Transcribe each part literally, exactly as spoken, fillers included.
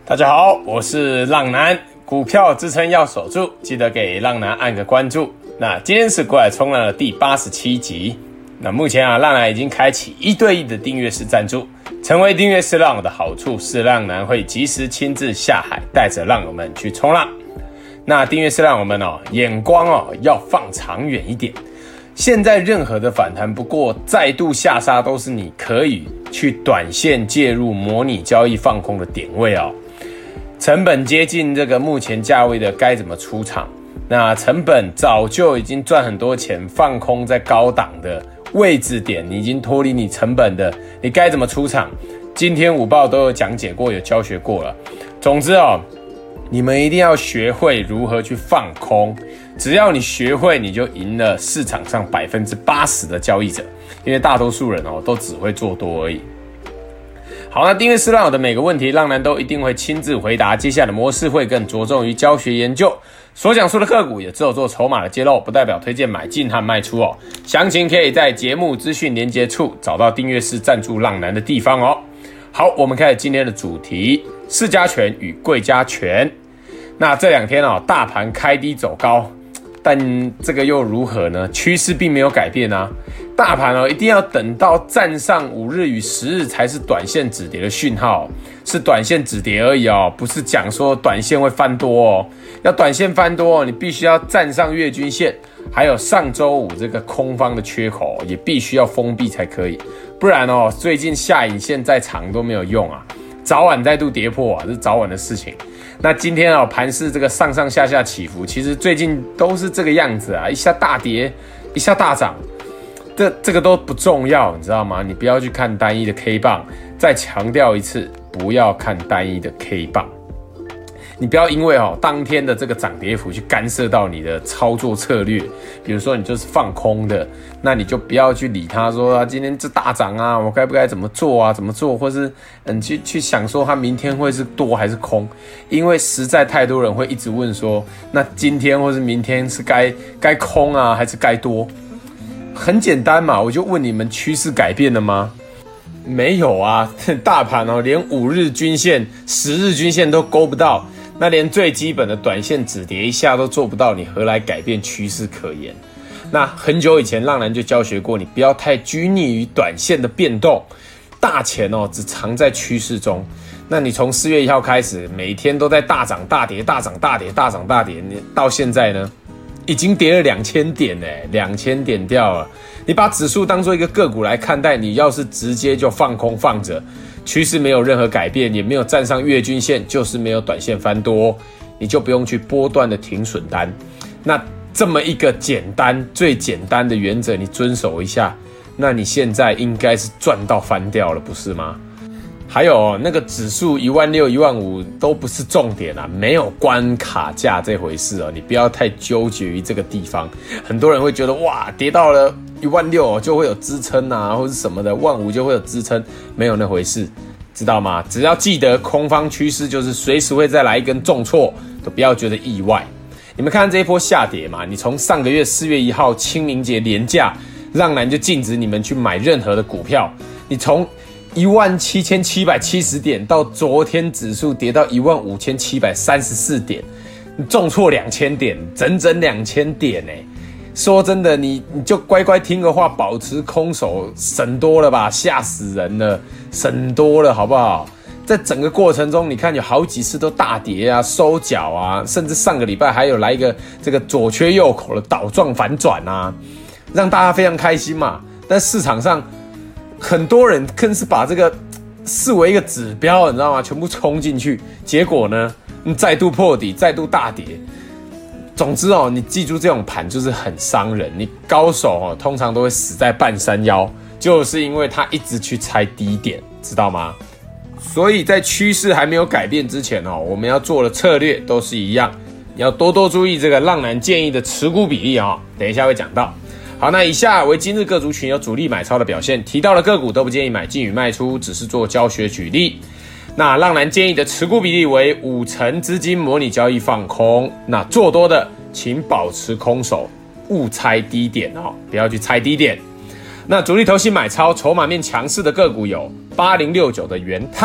大家好，我是浪男，股票支撑要守住，记得给浪男按个关注。那今天是股海冲浪的第八十七集。那目前啊，浪男已经开启一对一的订阅式赞助，成为订阅式浪友的好处是，浪男会及时亲自下海，带着浪友们去冲浪。那订阅式浪友们哦，眼光哦要放长远一点。现在任何的反弹，不过再度下杀，都是你可以去短线介入模拟交易放空的点位哦。成本接近这个目前价位的该怎么出场？那成本早就已经赚很多钱，放空在高档的位置点，你已经脱离你成本的，你该怎么出场？今天午报都有讲解过，有教学过了。总之哦，你们一定要学会如何去放空。只要你学会，你就赢了市场上百分之八十的交易者，因为大多数人哦都只会做多而已。好，那订阅式浪友的每个问题，浪男都一定会亲自回答。接下来的模式会更着重于教学研究，所讲述的个股也只有做筹码的揭露，不代表推荐买进和卖出哦。详情可以在节目资讯连结处找到订阅式赞助浪男的地方哦。好，我们开始今天的主题：市加权与贵加权。那这两天哦，大盘开低走高，但这个又如何呢？趋势并没有改变啊。大盘哦，一定要等到站上五日与十日才是短线止跌的讯号，是短线止跌而已哦，不是讲说短线会翻多哦。要短线翻多哦，你必须要站上月均线，还有上周五这个空方的缺口也必须要封闭才可以，不然哦，最近下影线再长都没有用啊，早晚再度跌破啊，这是早晚的事情。那今天哦，盘势这个上上下下起伏，其实最近都是这个样子啊，一下大跌，一下大涨。这这个都不重要，你知道吗？你不要去看单一的 K 棒，再强调一次，不要看单一的 K 棒。你不要因为哦当天的这个涨跌幅去干涉到你的操作策略。比如说你就是放空的，那你就不要去理他说啊，今天这大涨啊，我该不该怎么做啊？怎么做？或是嗯去去想说它明天会是多还是空？因为实在太多人会一直问说，那今天或是明天是该该空啊，还是该多？很简单嘛，我就问你们，趋势改变了吗？没有啊，大盘哦，连五日均线、十日均线都勾不到，那连最基本的短线止跌一下都做不到，你何来改变趋势可言？那很久以前，浪男就教学过，你不要太拘泥于短线的变动，大钱哦只藏在趋势中。那你从四月一号开始，每天都在大涨大跌、大涨大跌、大涨大跌，你到现在呢？已经跌了两千点耶，两千点掉了。你把指数当作一个个股来看待，你要是直接就放空放着，趋势没有任何改变，也没有站上月均线，就是没有短线翻多，你就不用去波段的停损单。那这么一个简单、最简单的原则，你遵守一下，那你现在应该是赚到翻掉了，不是吗？还有哦，那个指数一万六、一万五都不是重点啊，没有关卡价这回事哦，你不要太纠结于这个地方。很多人会觉得哇，跌到了一万六就会有支撑啊，或是什么的，万五就会有支撑，没有那回事，知道吗？只要记得空方趋势就是随时会再来一根重挫，都不要觉得意外。你们看这一波下跌嘛，你从上个月四月一号清明节连假，浪男就禁止你们去买任何的股票，你从一万七千七百七十点到昨天指数跌到一万五千七百三十四点，你重挫两千点，整整两千点欸。说真的，你你就乖乖听个话，保持空手，省多了吧，吓死人了，省多了好不好？在整个过程中，你看有好几次都大跌啊，收脚啊，甚至上个礼拜还有来一个这个左缺右口的倒状反转啊，让大家非常开心嘛。但市场上很多人更是把这个视为一个指标，你知道吗？全部冲进去，结果呢，你再度破底，再度大跌。总之哦，你记住这种盘就是很伤人。你高手哦，通常都会死在半山腰，就是因为他一直去猜低点，知道吗？所以在趋势还没有改变之前哦，我们要做的策略都是一样，你要多多注意这个浪男建议的持股比例哦，等一下会讲到。好，那以下为今日各族群有主力买超的表现，提到的个股都不建议买进与卖出，只是做教学举例。那浪男建议的持股比例为五成资金模拟交易放空，那做多的请保持空手，勿猜低点哦，不要去猜低点。那主力投信买超筹码面强势的个股有八零六九的元泰，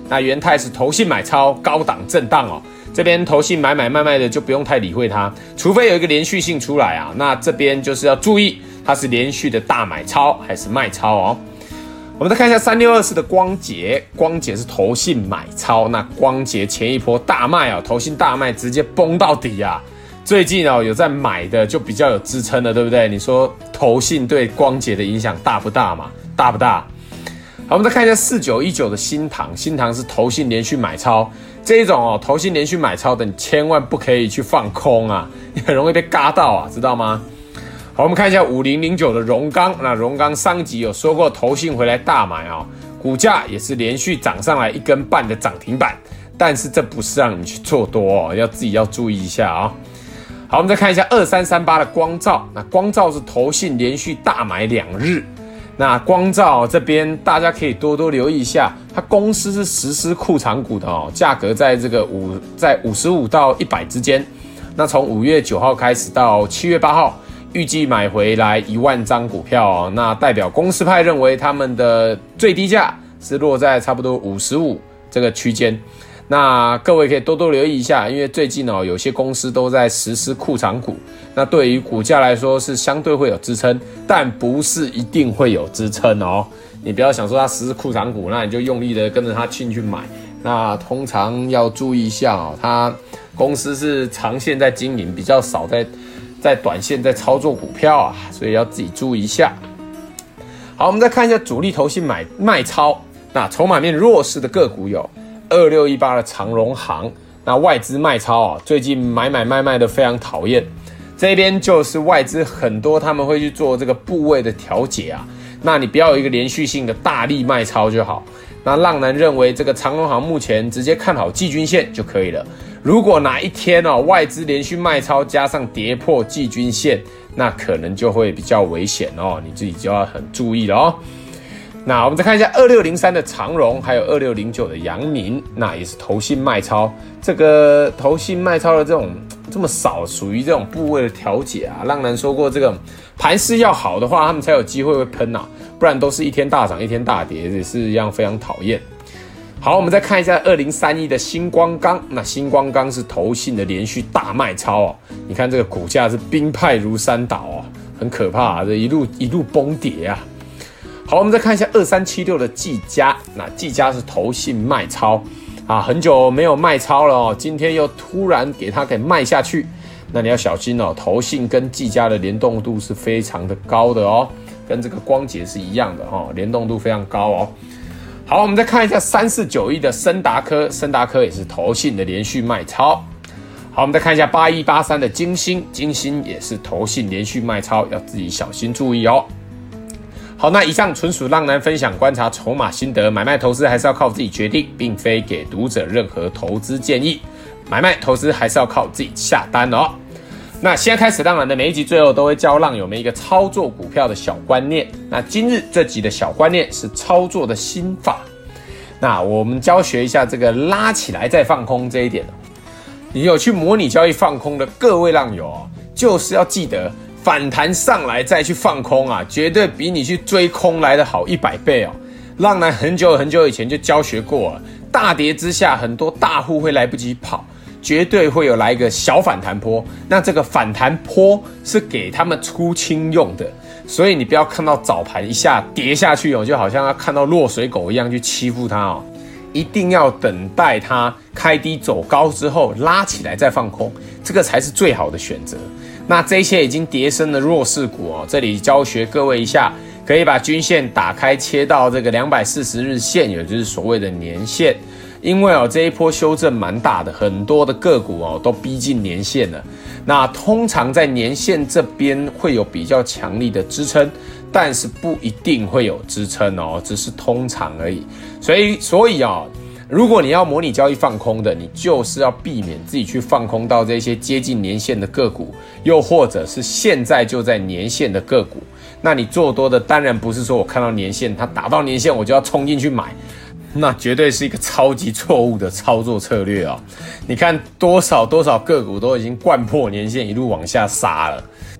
那元泰是投信买超，高档震荡哦。这边投信买买卖卖的就不用太理会它，除非有一个连续性出来啊，那这边就是要注意它是连续的大买超还是卖超哦。我们再看一下三六二四的光捷，光捷是投信买超，那光捷前一波大卖啊，投信大卖直接崩到底啊。最近哦有在买的就比较有支撑了，对不对？你说投信对光捷的影响大不大嘛？大不大？好，我们再看一下四九一九的新唐，新唐是投信连续买超，这一种哦投信连续买超的，你千万不可以去放空啊，你很容易被嘎到啊，知道吗？好，我们看一下五零零九的荣钢，那荣钢上集有说过投信回来大买啊、哦，股价也是连续涨上来一根半的涨停板，但是这不是让你去做多哦，要自己要注意一下啊、哦。好，我们再看一下二三三八的光罩，那光罩是投信连续大买两日，那光罩这边大家可以多多留意一下，它公司是实施库藏股的哦，价格在这个五在五十五到一百之间，那从五月九号开始到七月八号。预计买回来一万张股票哦，那代表公司派认为他们的最低价是落在差不多五十五这个区间。那各位可以多多留意一下，因为最近哦有些公司都在实施库藏股，那对于股价来说是相对会有支撑，但不是一定会有支撑哦。你不要想说它实施库藏股，那你就用力的跟着它进去买，那通常要注意一下哦，它公司是长线在经营，比较少在。在短线在操作股票啊，所以要自己注意一下。好，我们再看一下主力投信买卖超，那筹码面弱势的个股有二六一八的长荣航，那外资卖超啊，最近买买卖卖的非常讨厌。这边就是外资很多他们会去做这个部位的调节啊，那你不要有一个连续性的大力卖超就好。那浪男认为这个长荣航目前直接看好季均线就可以了。如果哪一天哦外资连续卖超加上跌破季均线，那可能就会比较危险哦，你自己就要很注意了哦。那我们再看一下二六零三的长荣，还有二六零九的阳明，那也是投信卖超。这个投信卖超的这种这么少，属于这种部位的调节啊。浪男说过，这个盘势要好的话，他们才有机会会喷啊，不然都是一天大涨一天大跌，也是一样非常讨厌。好，我们再看一下二零三一的新光钢，那新光钢是投信的连续大卖超哦。你看这个股价是兵败如山倒哦，很可怕啊，这一路一路崩跌啊。好，我们再看一下二三七六的技嘉，那技嘉是投信卖超啊，很久没有卖超了哦，今天又突然给它给卖下去，那你要小心哦，投信跟技嘉的联动度是非常的高的哦，跟这个光捷是一样的哦，联动度非常高哦。好，我们再看一下三四九一的森达科，森达科也是投信的连续卖超。好，我们再看一下八一八三的金星，金星也是投信连续卖超，要自己小心注意哦。好，那以上纯属浪男分享观察筹码心得，买卖投资还是要靠自己决定，并非给读者任何投资建议，买卖投资还是要靠自己下单哦。那现在开始，浪男的每一集最后都会教浪友们一个操作股票的小观念。那今日这集的小观念是操作的心法。那我们教学一下这个拉起来再放空这一点。你有去模拟交易放空的各位浪友哦，就是要记得反弹上来再去放空啊，绝对比你去追空来的好一百倍哦。浪男很久很久以前就教学过了，大跌之下很多大户会来不及跑，绝对会有来一个小反弹波，那这个反弹波是给他们出清用的，所以你不要看到早盘一下跌下去哦，就好像要看到落水狗一样去欺负它哦，一定要等待它开低走高之后拉起来再放空，这个才是最好的选择。那这些已经跌深的弱势股哦，这里教学各位一下，可以把均线打开切到这个两百四十日线，也就是所谓的年线。因为哦这一波修正蛮大的，很多的个股哦都逼近年线了。那通常在年线这边会有比较强力的支撑，但是不一定会有支撑哦，只是通常而已。所以所以哦，如果你要模拟交易放空的，你就是要避免自己去放空到这些接近年线的个股，又或者是现在就在年线的个股。那你做多的当然不是说我看到年线，它打到年线我就要冲进去买。那绝对是一个超级错误的操作策略哦！你看多少多少个股都已经掼破年线，一路往下杀了。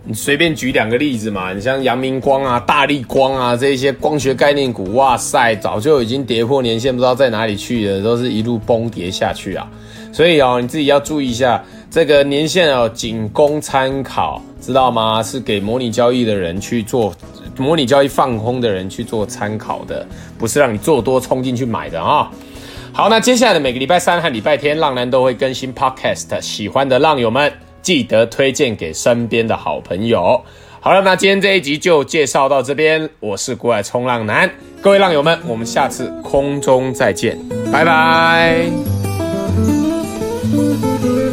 你随便举两个例子嘛，你像阳明光啊、大立光啊这一些光学概念股，哇塞，早就已经跌破年线，不知道在哪里去了，都是一路崩跌下去啊。所以哦，你自己要注意一下，这个年线哦，仅供参考，知道吗？是给模拟交易的人去做，模拟交易放空的人去做参考的，不是让你做多冲进去买的啊、哦。好，那接下来的每个礼拜三和礼拜天，浪男都会更新 podcast， 喜欢的浪友们记得推荐给身边的好朋友。好了，那今天这一集就介绍到这边，我是股海冲浪男，各位浪友们，我们下次空中再见，拜拜。